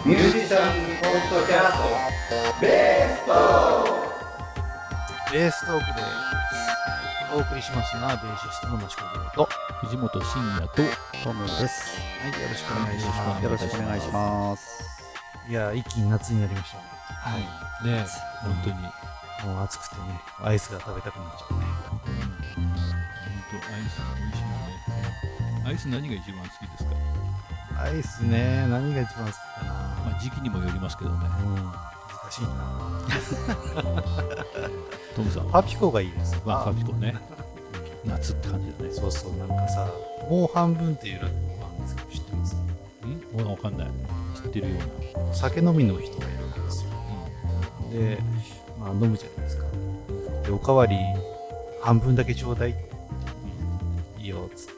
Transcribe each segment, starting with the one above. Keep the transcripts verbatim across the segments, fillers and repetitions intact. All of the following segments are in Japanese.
ミュージシャンポッドキャストベーストークベーストークでお送りしますのはベーシストの益子亮と藤本慎也とトムです。 はい、よろしくお願いします。 よろしくお願いします。 いやー、一気に夏になりましたね。 はいね、本当にもう暑くてね、アイスが食べたくなっちゃうね。 本当アイス美味しいよね。アイス何が一番好きですか？ アイスね、何が一番好きかな。 まあ時期にもよりますけどね。 うん、難しいな。 トムさん、 パピコがいいです。 まあパピコね。夏って感じだね。 そうそう、なんかさ、もう半分っていう落語があるんですけど、知ってます？ ん？もうわかんない。知ってるような。 酒飲みの人がいるんですよ。うん、で、まあ飲むじゃないですか。で、おかわり半分だけちょうだい。うん、いいよっつって。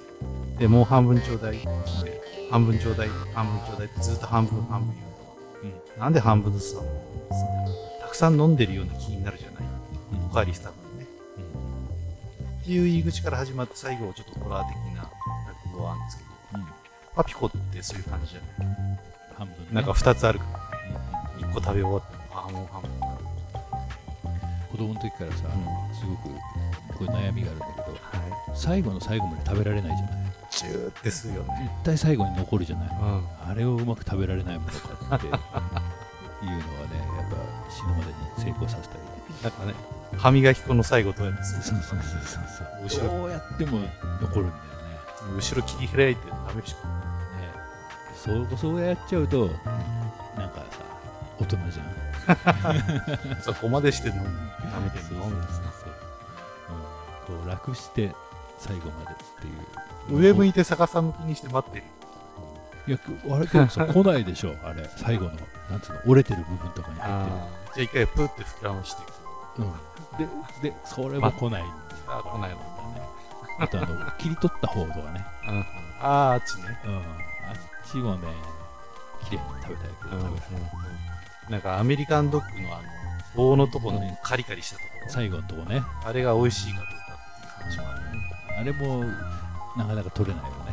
で、もう半分ちょうだいっつって。半分ちょうだい、半分ちょうだいってずっと半分半分言うと、うん、なんで半分ずつなの？たくさん飲んでるような気になるじゃない。うん、おかわりした分ね、うん。っていう言い口から始まって最後ちょっとホラー的な落語があるんですけど、うん、パピコってそういう感じじゃない。 半分、ね、 なんかふたつあるからね。うん、いっこ食べ終わっても、ああもう半分か。 子供の時からさ、うん、すごくこういう悩みがあるんだけど、はい、最後の最後まで食べられないじゃない。 チューってするよね。 絶対最後に残るじゃない、うん、あれをうまく食べられないものかっていうのはね、やっぱ死ぬまでに成功させたり、 なんかね、歯磨き粉の最後どうやってする？ そうそうそうそう、どうやっても残るんだよね。 後ろ切り開いてダメしかね。 そうそうやっちゃうと、うん、なんかさ、大人じゃん。 そこまでして飲むダメで飲む。 こう楽して最後までっていう。 上向いて逆さ向きにして待ってる。 いや、あれけどさ、来ないでしょ、あれ、最後の、なんつうの、折れてる部分とかに入ってる。 じゃあ一回プーって膨らましていく。 うん。で、で、それも来ないんだ。 あ、来ないのだね。 あと、あの、切り取った方とかね。 うん、ああ、あっちね。 うん。あっちもね、綺麗に食べたいけど、食べられない。 なんかアメリカンドッグのあの、棒のところのカリカリしたところ。 最後のとこね。 あれが美味しいかどうかっていう感じもあるね。 あれも、なかなか取れないよね。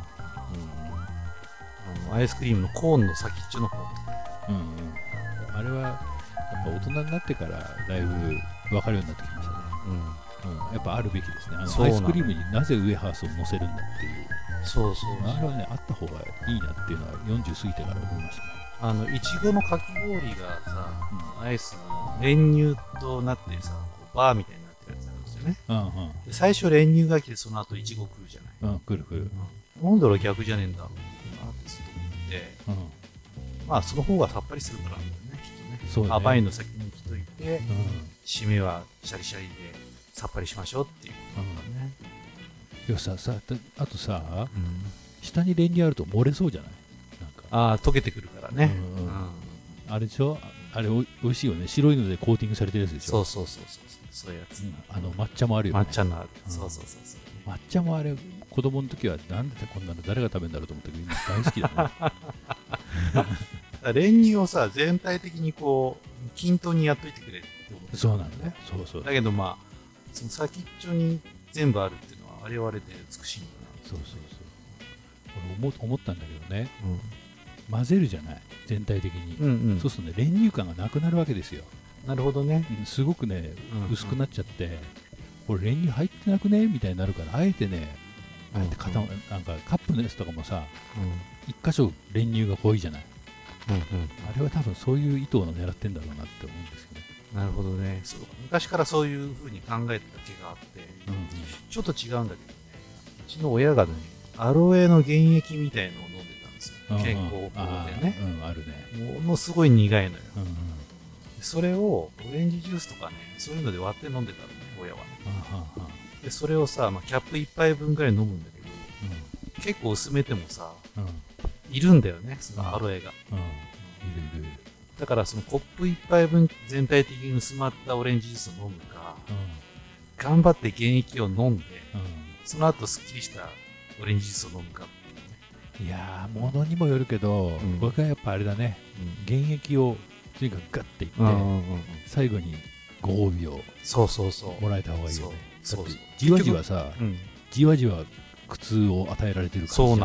うん、あのアイスクリームのコーンの先っちょの方、 うんうん、あれはやっぱ大人になってからだいぶ分かるようになってきましたね、うんうん、やっぱあるべきですね。あのアイスクリームになぜウエハースを乗せるんだっていう、 そうそうそう、 あれはね、あった方がいいなっていうのはよんじゅう過ぎてから思いましたね。 あのいちごのかき氷がさ、うん、アイスの練乳となってさ、こうバーみたいになってるやつなんですよね、うんうん、で最初練乳が来てその後いちご来るじゃない、 うん、来る来る、 うん、なんだろう逆じゃねえんだろうなってずっと思って、うん、まあその方がさっぱりするからなんだよね、きっとね。そうね、甘いの先に来といて、うん、締めはシャリシャリでさっぱりしましょうっていうことなんだね。 いやさ、さあとさ、うん、下に練乳あると漏れそうじゃない？なんかああ、溶けてくるからね、 うんうん、あれでしょ、あれおいしいよね、白いのでコーティングされてるやつでしょ。 そうそうそうそう、そういうやつ、うん、 あの抹茶もあるよね。 抹茶のある、 うん、 そうそうそうそう、 抹茶もあれ子供の時はなんでこんなの誰が食べるんだろうと思ったけど今大好きだね。練乳をさ全体的にこう均等にやっといてくれって思って、 そうなんだね。そうそう。 だけどまあその先っちょに全部あるっていうのはあれはあれで美しいんだな。 そうそうそう。俺 思, 思ったんだけどね、うん、混ぜるじゃない全体的に、うんうん、そうするとね練乳感がなくなるわけですよ。 なるほどね、 うん、すごくね、うんうん、薄くなっちゃってこれ練乳入ってなくねみたいになるからあえてね、あえて固、うんうん、なんかカップのやつとかもさ、うん、一箇所練乳が濃いじゃない、うんうん、あれは多分そういう意図を狙ってんだろうなって思うんですよね。 なるほどね。そう昔からそういう風に考えてた気があって、うんうん、ちょっと違うんだけどね、うちの親がねアロエの原液みたいのを飲んでたんですよ、うんうん、健康法でね、うん、あるね、ものすごい苦いのよ、うんうん、それをオレンジジュースとかねそういうので割って飲んでたのね親はね、うんうん、でそれをさ、まあ、キャップいっぱいぶんぐらい飲むんだけど、うん、結構薄めてもさ、うん、いるんだよねそのアロエが、うんうん、いるいる。だからそのコップいっぱいぶん全体的に薄まったオレンジジュースを飲むか、うん、頑張って原液を飲んで、うん、その後すっきりしたオレンジジュースを飲むかっていうね。 いやー、ものにもよるけど、うん、僕はやっぱあれだね、うん、原液をとにかくガッていって、うんうんうん、最後にご褒美をそうそうそうもらえた方がいいよね。そうそうそう、じわじわさ、うん、じわじわ苦痛を与えられてるからじゃない。 そうなの。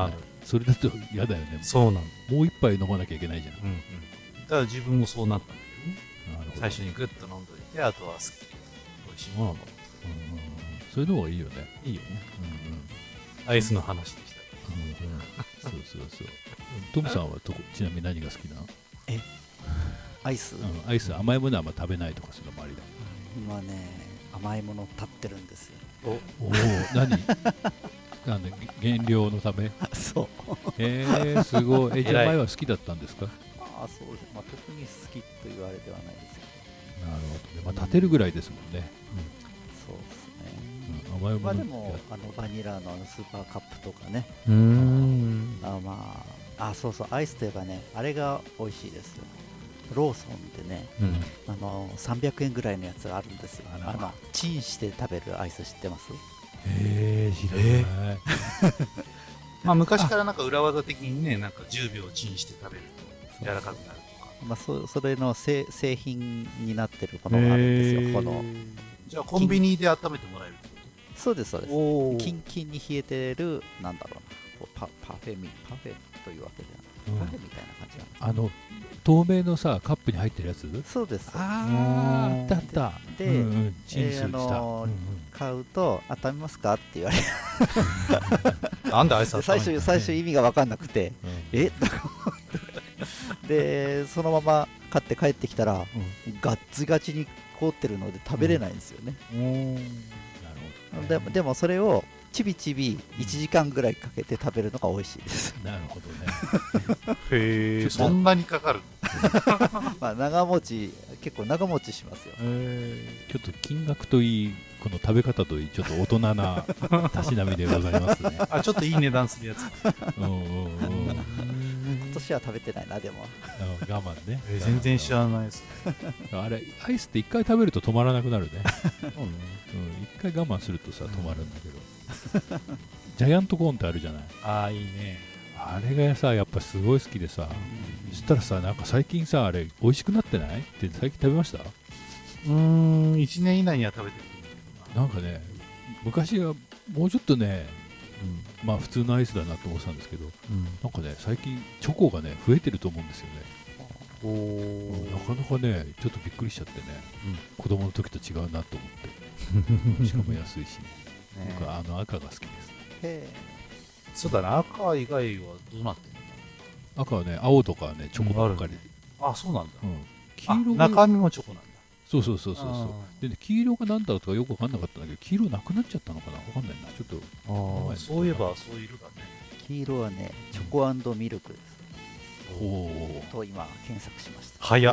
それだと嫌だよね。 そうなんだ。 もう一杯飲まなきゃいけないじゃん。 うんうん。だから自分もそうなったんだけどね。 なるほど。 最初にグッと飲んどいて、あとは好き。美味しいものを飲む。 うんうんうん、そういうのがいいよね。 いいよね。 うんうん、 アイスの話でした。 うんうん、そうそうそう。トムさんはとこちなみに何が好きなの？ えアイス、 うん、アイス甘いものはあんま食べないとかするの周りで。 今ね甘いもの立ってるんですよ。 おお何なんで減量のため？ そうえー、すごい。えじゃあ前は好きだったんですか？ ああそうです、まあ、特に好きと言われてはないですけど。 なるほど、まあ、立てるぐらいですもんね。 そうですね、 うん、甘いものまあでもあのバニラのあのスーパーカップとかね、 うーん。 あまああそうそうアイスといえばねあれが美味しいですよ。ローソンでね、 うん。 あのさんびゃくえんぐらいのやつがあるんですよ。 あらあのチンして食べるアイス知ってます？ えー、知らない。 まあ昔からなんか裏技的にね、なんかじゅうびょうチンして食べると柔らかくなるとか。 まあ、そ, それの製製品になってるものがあるんですよ。このじゃあコンビニで温めてもらえるってこそうですそうです。 と？ キンキンに冷えてるなんだろうな、こうパパフェミパフェというわけじゃない、 うんパフェみたいな感じなの。 あの透明のさカップに入ってるやつ？ そうです。 あーあったあった。 で、 うんうん、チンすえーあるした、 のーうんうん、 買うと温めますかって言われてなんでアイス温め最るの？ 初最初意味が分かんなくて、 うんえでそのまま買って帰ってきたら、ガッチガチに凍ってるので食べれないんですよね。 うん、なるほど、ね、 でもでもそれをちびちびいちじかんぐらいかけて食べるのが美味しいです。 なるほどね。 へえ、そんなにかかる？ まあ長持ち結構長持ちしますよ。 えー、ちょっと金額といいこの食べ方といいちょっと大人なたしなみでございますね。 あ、ちょっといい値段するやつ。 うんうんうん。 今年は食べてないなでも。 我慢ね。 えー全然知らないですね。 あれアイスって一回食べると止まらなくなるね。 そうね。 うん、一回我慢するとさ止まるんだけど。ジャイアントコーンってあるじゃない。 ああ、いいね。 あれがさやっぱすごい好きでさ、そしたらさなんか最近さあれ美味しくなってないって最近食べました？ うーん、いちねん以内には食べてるんだけどな。 なんかね昔はもうちょっとね、まあ普通のアイスだなと思ってたんですけど、なんかね最近チョコがね増えてると思うんですよね。 おーなかなかねちょっとびっくりしちゃってね、 うん子供の時と違うなと思ってしかも安いし、ね、 ね僕はあの赤が好きですね。 へそうだな、赤以外はどうなってる赤はね青とかはねチョコばっかり、 の？あ、そうなんだ。 うん黄あ、 色が中身もチョコなんだ。 そうそうそうそうそうあで、ね、黄色が何だとかよく分かんなかったんだけど黄色なくなっちゃったのかな分かんないなちょっとああ、そういえばそういう色だね。 黄色はねチョコ&ミルクですほうと今検索しました。 早っ。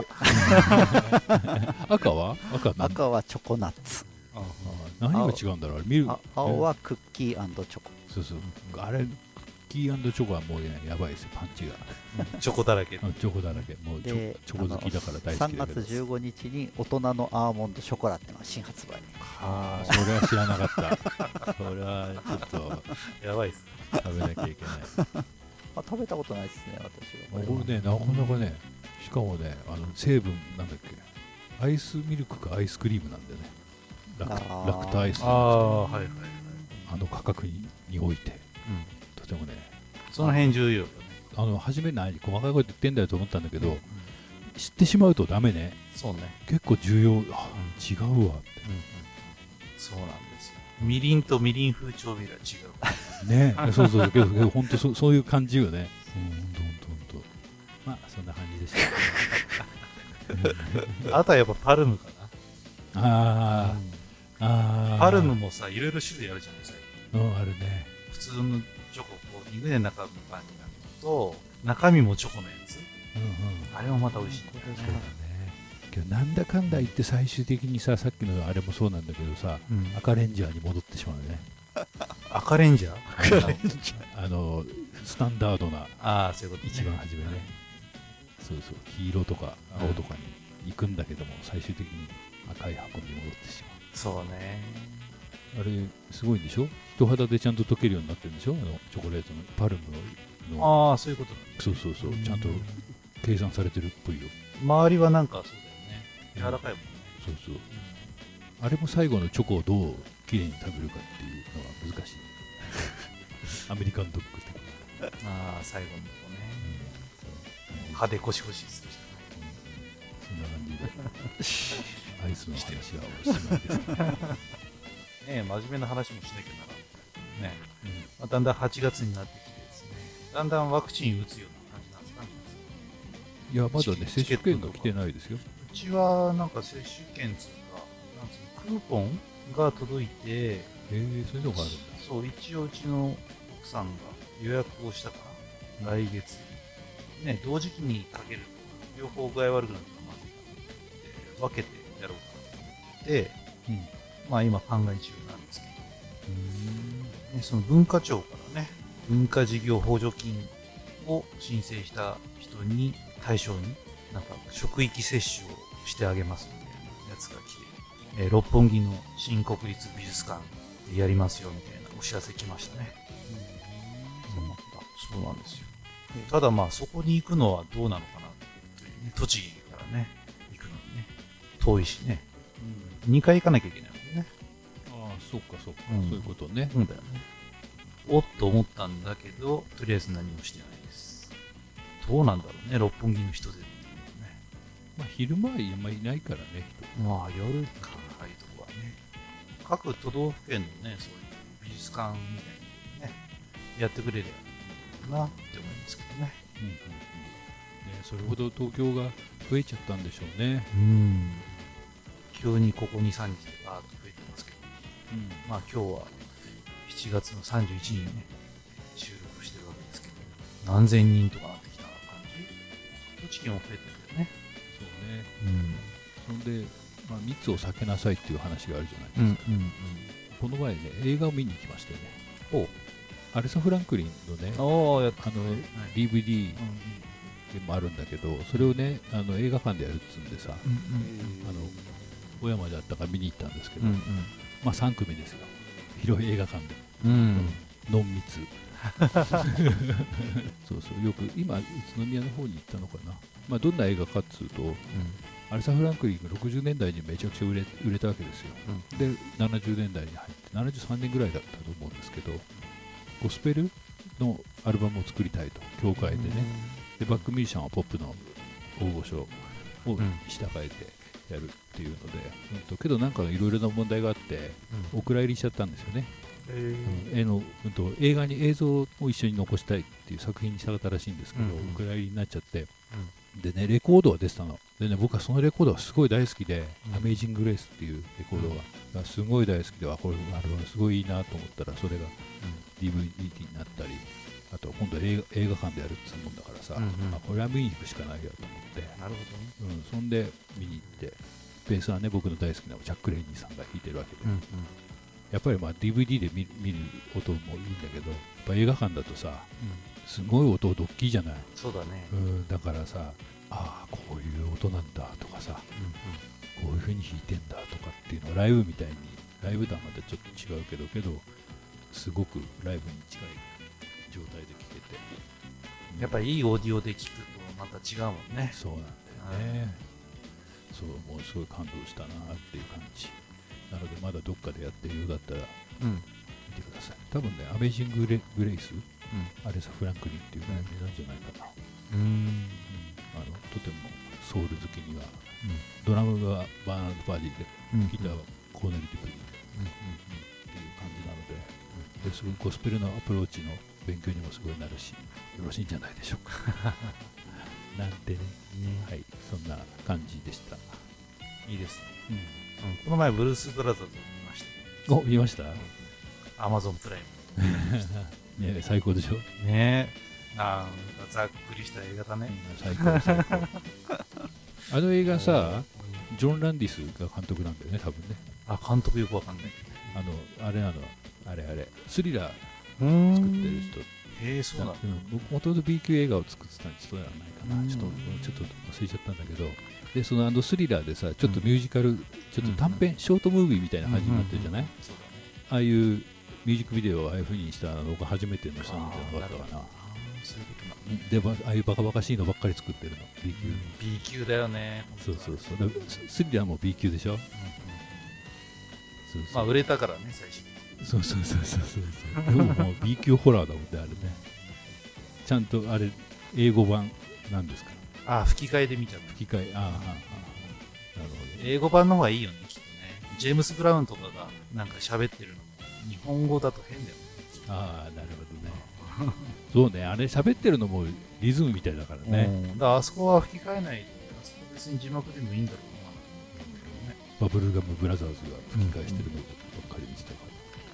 赤は赤は何赤はチョコナッツ、 あ何が違うんだろうあれ見るあ青はクッキー&チョコ。 そうそうあれクッキー&チョコはもうねやばいですよパンチがチョコだらけ。 あチョコだらけもうチョでチョコ好きだから大好き 3 だけど月じゅうごにちに大人のアーモンドショコラっていうのが新発売。 ああそれは知らなかったそれはちょっとやばいっす。 食べなきゃいけないあ食べたことないですね私は。 これねなかなかねしかもねあの成分なんだっけアイスミルクかアイスクリームなんだよねラクあーラクタアイスああ、はいはいはい。 あの価格ににおいてうん。 とてもねその辺重要だね。 あの初め何細かいこと言ってんだよと思ったんだけど、知ってしまうとダメねそうね。 結構重要あ、違うわってうんうん。そうなんですよ。みりんとみりん風調味料は違う。 ねそうそうけどけど本当そそういう感じよねうん本当本当本当まあそんな感じでしたあとはやっぱパルムかな。 あーあーパルムもさ、いろいろ種類あるじゃないですか。 うんあるね普通のチョコ、こう、肉で中身パンになるのと、中身もチョコのやつ。 うんうんあれもまた美味しいんだよそうだねけどなんだかんだ言って最終的にささっきのあれもそうなんだけどさうん赤レンジャーに戻ってしまうね赤レンジャーあのスタンダードなああ、そういうことね。 一番初めねそうそう黄色とか青とかに行くんだけども最終的に赤い箱に戻ってしまそうね。 うあれすごいんでしょ人肌でちゃんと溶けるようになってるんでしょあのチョコレートのパルムのああ、そういうことなんだ。 そうそうそうちゃんと計算されてるっぽいよ周りはなんかそうだよね。柔らかいもんね。 そうそうあれも最後のチョコをどうきれいに食べるかっていうのは難しいアメリカンドッグってああ最後のとこね、派手コシコシするしそんな感じでアイスの話はおしまいですね。 ね真面目な話もしなきゃならんね、うんまあ、だんだんはちがつになってきてですね、だんだんワクチン打つような感じなんですかね。 いやまだね接種券が来てないですよ。 うちはなんか接種券つうかなんつうのクーポンが届いて、 えー、そういうのがあるんだ。 そう一応うちの奥さんが予約をしたから、来月ね同時期にかけると両方具合悪くなるとまずいから分けてやろうかなと思って、うん、まあ今考え中なんですけど、うーん、ね、その文化庁からね文化事業補助金を申請した人に対象になんか職域接種をしてあげますみたいなやつが来て、えー、六本木の新国立美術館でやりますよみたいなお知らせ来ましたね。うん、そうなんだ。そうなんですよ。ただまあそこに行くのはどうなのかなというね、栃木からね行くのにね遠いしね、うん、にかい行かなきゃいけないもんね。 ああそっかそっか、 うん、 そういうことね。 そうだよね。おっと思ったんだけどとりあえず何もしてないです。どうなんだろうね六本木の人で、ね、 まあ昼間はあんまりいないからね人。 まあ夜かああいうとこはね各都道府県のねそういう美術館みたいにねやってくれればなって思いますけどね。うんうんうん、ねそれほど東京が増えちゃったんでしょうね。 うん。急にここに、さんにちでバーッと増えてますけど、うん、まあ今日はしちがつのさんじゅういちにちにね収録してるわけですけど、何千人とかなってきた感じ。栃木も増えてるけどね。 そうね。うん。そんで、まあ、密を避けなさいっていう話があるじゃないですか。うんうんうん、この前ね映画を見に行きましたよね。おアレサ・フランクリンのね、あの ディーブイディー でもあるんだけど、それをねあの映画館でやるっつうんでさ、うんうん、あの小山であったから見に行ったんですけど、うんうん、まあさん組ですよ。広い映画館で、うん、ノン密そうそうよく今宇都宮の方に行ったのかな。まあどんな映画かっつうと、うん、アレサ・フランクリンがろくじゅうねんだいにめちゃくちゃ売れ、売れたわけですよ、うん、でななじゅうねんだいに入ってななじゅうさんねんぐらいだったと思うんですけど、ゴスペルのアルバムを作りたいと教会でね、でバックミュージシャンはポップの大御所を従えてやるっていうので、うん、とけどなんかいろいろな問題があって、うん、お蔵入りしちゃったんですよね。うん、のうん、と映画に映像を一緒に残したいっていう作品にしたかったらしいんですけど、うんうん、お蔵入りになっちゃって、うん、でねレコードが出てたのでね、僕はそのレコードがすごい大好きで、うん、アメイジング・グレイスっていうレコードが、うん、すごい大好きで、これあれすごいいいなと思ったらそれが ディーブイディー になったり、あと今度映画、映画館でやるって言うもんだからさ、うんうん、まあ、これは見に行くしかないよと思って、なるほどね、うん、そんで見に行って、ベースはね僕の大好きなジャック・レイニーさんが弾いてるわけで、うんうん、やっぱりまあ ディーブイディー で 見, 見る音もいいんだけど、やっぱ映画館だとさ、うん、すごい音大きいじゃない。 そうだね、 うん、だからさ、ああこういう音なんだとかさ、うんうん、こういう風に弾いてんだとかっていうのはライブみたいに、ライブとはまたちょっと違うけどけどすごくライブに近い状態で聴けて、 うん、やっぱりいいオーディオで聴くとまた違うもんね。 そうなんだよね、うん、そうもうすごい感動したなっていう感じなので、まだどっかでやってるようだったら、うん、見てください。多分ねアメイジング・グレイス、うん、アレサ・フランクリンっていう題名なんじゃないかな。うん、うん、あのとてもソウル好きには、うん、ドラムがバーナード・バーディで、うん、ギターはコーネル・ディプリー、うんうんうん、っていう感じなので、うん、ですごいゴスペルのアプローチの勉強にもすごいなるし、よろしいんじゃないでしょうかなんてね、ね、はい、そんな感じでした。 いいですね、うんうん、この前ブルース・ブラザーズを見ました。 お、見ました。 アマゾンプライムね、最高でしょ。 ねえ、なんかざっくりした映画だね、 うん、最高最高あの映画さ、ジョン・ランディスが監督なんだよね、多分ね。 あ、監督よくわかんない。 あの、あれなの、あれあれ、スリラー作ってる人。 へえ、そうなんだ。 僕、もともと B 級映画を作ってた人ではないかな。ちょっと、ちょっと忘れちゃったんだけど、で、そのあのスリラーでさ、ちょっとミュージカル、うん、ちょっと短編、うん、ショートムービーみたいな感じになってるじゃない、うんうんうん、そうだね、ああいうミュージックビデオをああいう風にしたのが初めての人なんじゃなかったかな。そういうことなの。でもああいうバカバカしいのばっかり作ってるの B 級、うん、 B 級だよね。 そうそうそう。スリラーも B 級でしょ、うんうん、 そうそう、まあ売れたからね最初。 そうそうそうそうそうでももう B 級ホラーだもんねあれね。 ちゃんとあれ英語版なんですか？ ああ、吹き替えで見ちゃった。 吹き替え、ああ、ああ、なるほど。 英語版の方がいいよね、きっとね。ジェームス・ブラウンとかがなんか喋ってるのも日本語だと変だよね。 ああ、なるほどね。そうね、あれ喋ってるのもリズムみたいだからね。 うん、だからあそこは吹き替えないと、あそこ別に字幕でもいいんだろうな、ね。 バブルガム・ブラザーズが吹き替えしてるのばっかり見てたから。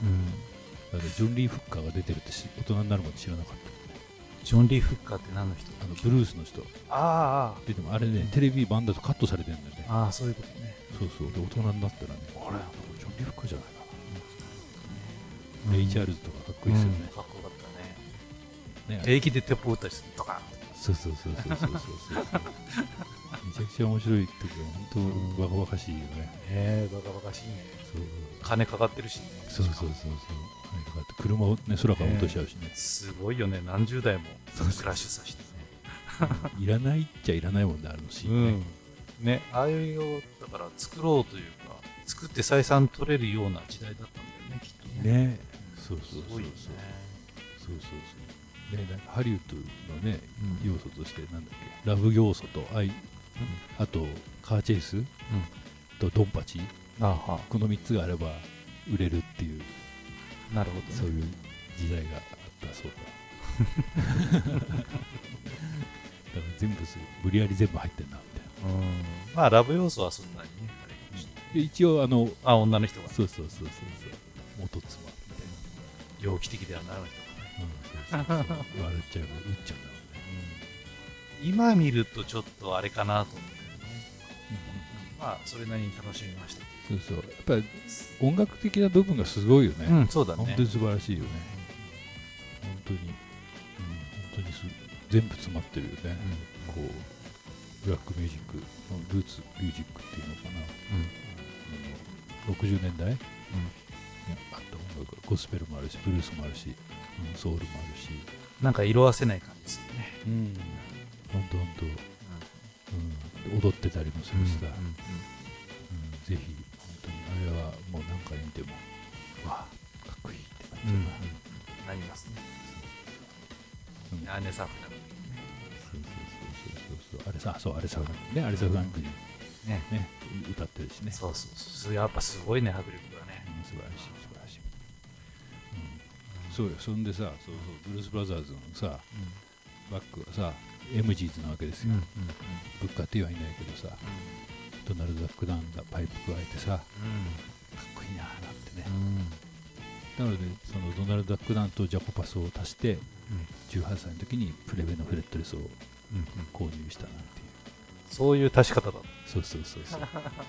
うん。だからジョン・リー・フッカーが出てるって大人になるまで知らなかった。 ジョン・リー・フッカーって何の人？ あのブルースの人。 ああ、 でもあれね、テレビ版だとカットされてるんだよね。 ああ、そういうことね。 そうそう。で、大人になったらね、あれ、ジョン・リー・フッカーじゃないかな。レイ・チャールズとかかっこいいですよね。 うん、かっこよかったね。 ね、 平気で鉄砲撃ったりするとか。 そうそうそうそうそうそうそう。めちゃくちゃ面白いっていうか、本当バカバカしいよね。 ええ、バカバカしいね。 そう。 金かかってるしね。 そうそうそうそう。金かかって車をね、空から落としちゃうしね。 えー、すごいよね。何十台もクラッシュさせてね。 いらないっちゃいらないもんね、あのシーンね。 うん、ね、ああいうようだから作ろうというか、作って採算取れるような時代だったんだよね、きっとね。 ね、そうそうそうそう。 すごいよね。 そうそうそう。ね、なんかハリウッドのね、うん、要素としてなんだっけ、ラブ要素と愛、うん、あとカーチェイス、うん、とドンパチ、あはこのみっつがあれば売れるっていう、 なるほど、ね、 そういう時代があったそうだ。だから全部無理やり全部入ってんなみたいな。うん、 まあラブ要素はそんなにね。 で一応あのあ女の人がそうそうそうそうそう元妻みたいな。猟奇的ではない人がね。 うん、そうそうそう笑っちゃう、打っちゃうんだろうね。 うん、今見るとちょっとあれかなと思うけどね。うん、まあそれなりに楽しみました。 そうそう。やっぱり音楽的な部分がすごいよね。 うん、そうだね。 本当に素晴らしいよね。本当に、うん、本当にす全部詰まってるよね。うん、こうブラックミュージック、ルーツミュージックっていうのかな。うん、ろくじゅうねんだい、うん、あった音楽、ゴスペルもあるし、ブルースもあるし、うん、ソウルもあるし、なんか色あせない感じですよね。 うん、本当本当、うん、踊ってたりもするしさ、うんうんうん、ぜひ本当にあれはもう何回見てもわあかっこいいって感じが、うんうん、 なりますね。うん、アーネサフランクそうそうそうそうそう、あれさ、そうあれサフランクね、あれサフランクにねね歌ってるしね。 そうそうそう、やっぱすごいね、迫力がね。 うん、素晴らしい素晴らしい。うん、そうよ。そんでさ、そうそうブルース・ブラザーズのさ、うん、バックはさ、エムジーズなわけですよ。うんうんうん、ぶっかってはいないけどさ、うん、ドナルド・ダック・ダウンがパイプ加えてさ、うん、かっこいいなーなんてね。うん、なのでそのドナルド・ダック・ダウンとジャコパスを足して、うん、じゅうはっさいの時にプレベのフレットレスを購入したなんていう。 そういう足し方だ。 そうそうそうそう。うん、そういう思い入れが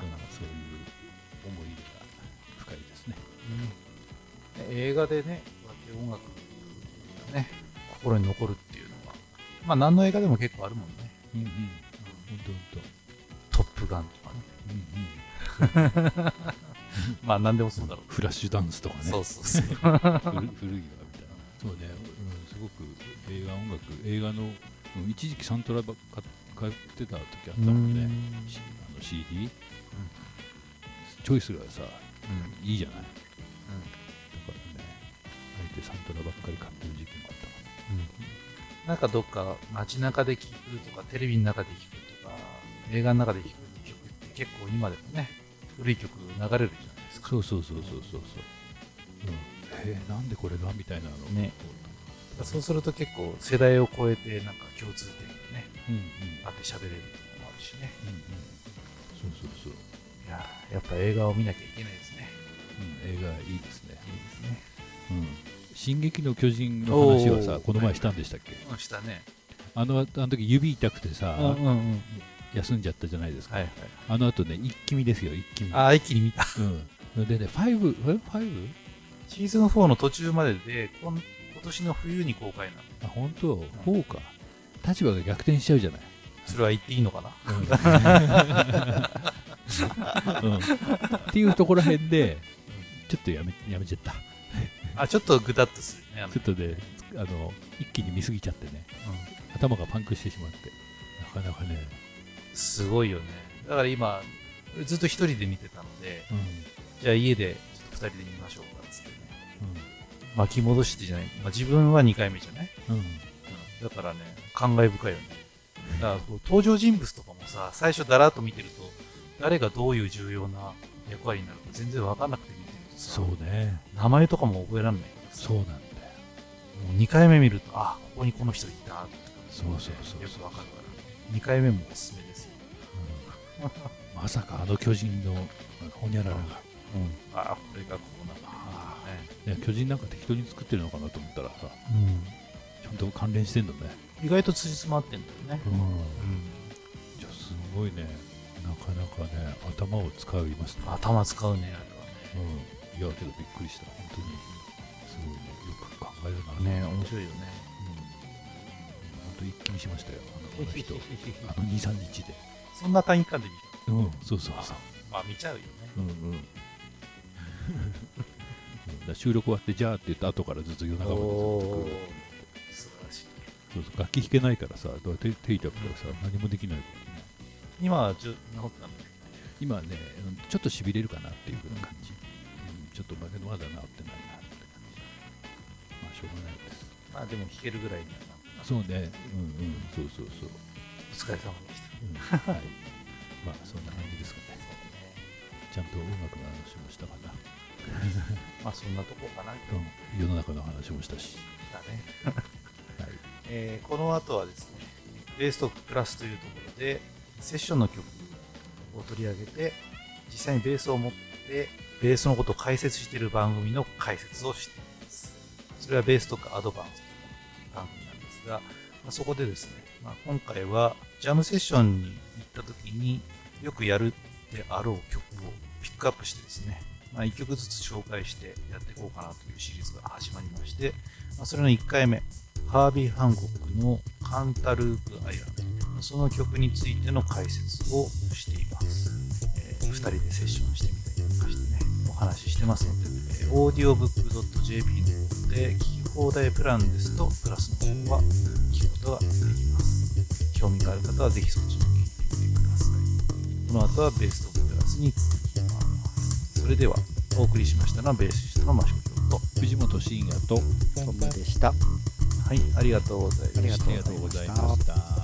深いですね。 うん、映画でね、こうやって音楽がね、心に残るっていうのは、まあ何の映画でも結構あるもんね。うんうん。本当本当。トップガンとかね。うんうん。まあ何でもそうだろう。 フラッシュダンスとかね。 そうそうそう。古いわみたいな。そうね、うん、すごく映画音楽、映画の、うん、一時期サントラばっか通ってた時あったもんね。あの シーディー、うん、チョイスがさ、うん、いいじゃない。うん、だからね、あえてサントラばっかり買ってる時期もあったかな。うん、 なんかどっか街中で聴くとかテレビの中で聴くとか映画の中で聴く曲って結構今でもね古い曲流れるじゃないですか。 そうそうそうそうそうそう。うん、えー、なんでこれがみたいなのね。 そうすると結構世代を超えてなんか共通点がね、うんうん、あって喋れるところもあるしね。 うんうん、そうそうそう。 いややっぱ映画を見なきゃいけないですね。 うん、映画いいですね。 いいですね。 うん。進撃の巨人の話はさ、この前したんでしたっけ？ うん、したね。 あの、あの時指痛くてさ、うんうんうん、休んじゃったじゃないですか。はいはい、あの後ね、一気見ですよ、一気見。 ああ、一気に見た。 うん。でね、ファイブ、え、ファイブ？ シーズンフォーの途中までで、今年の冬に公開なの。 あ、本当？フォーか。立場が逆転しちゃうじゃない。 それは言っていいのかな。 うんうん、っていうところへんで、ちょっとやめ、やめちゃった。 あ、ちょっとグタッとするね。 ちょっとね、あの一気に見すぎちゃってね、うん、頭がパンクしてしまって、なかなかね。 すごいよね。だから今、ずっと一人で見てたので、うん、じゃあ家でちょっと二人で見ましょうかっつってね。うん、巻き戻してじゃない、まあ、自分はにかいめじゃない、うん、 だからね、感慨深いよね。だからこう登場人物とかもさ、最初だらっと見てると誰がどういう重要な役割になるか全然分かんなくて見てるとさ、 そうね、 名前とかも覚えられないからさ、 そうなんだよ。 もうにかいめ見ると、あ、ここにこの人いたって感じで、 そうそうそうそうよく分かるからにかいめもおすすめですよ。 まさかあの巨人のほにゃららが、 うん、あ、これがこうなんだね。 ね、巨人なんか適当に作ってるのかなと思ったらさ、 うんちゃんと関連してんだね。 意外と辻褄合ってんだよね。 うん、 うん、 じゃあすごいね、なかなかね、頭を使いますね。 頭使うね、あれはうん、いやけどびっくりした、本当にすごいね、よく考えるな。 ね。ね、面白いよね。 本当一気にしましたよ、あの人、あのに、さんにちで。 そんな短期間で見た。 うん、そうそうそう。 まあ見ちゃうよね。 うんうん。だから収録終わってじゃあって言った後からずっと夜中までずっと来る。 素晴らしい。 そうそう、楽器弾けないからさ、どうやって手痛くてさ、何もできないからね。 今はちょっと治ったんだ。 今はね、うんちょっとしびれるかなっていう風な感じ。うん、ちょっとまだまだ治ってないなって感じ。まあしょうがないです。 まあでも弾けるぐらいにはなった。 そうね、うんうん、そうそうそう。 お疲れ様でした。 うん、はい。まあそんな感じですかね。ちゃんと音楽の話もしたかな。 まあそんなとこかな。 うん、世の中の話もしたし。 だね。 はい。 えーこの後はですね、ベーストプラスというところで、セッションの曲を取り上げて、実際にベースを持って、ベースのことを解説している番組の解説をしています。それはベースとかアドバンスという番組なんですが、まあ、そこでですね、まあ、今回はジャムセッションに行った時によくやるであろう曲をピックアップしてですね、まあ、いっきょくずつ紹介してやっていこうかなというシリーズが始まりまして、まあ、それのいっかいめ、ハービー・ハンコックのカンタループ・アイランド、その曲についての解説をしています。えー、ふたりでセッションしてみたりとかしてね、お話ししてますので、えー、オーディオブックドットジェーピー の方で聞き放題プランですと、プラスの方は聞くことができます。興味がある方はぜひそっちも聞いてみてください。この後はベーストプラスに続きます。それでは、お送りしましたのはベーシストの益子京と藤本慎也とトムでした。 はい、ありがとうございました。 ありがとうありがとうございました。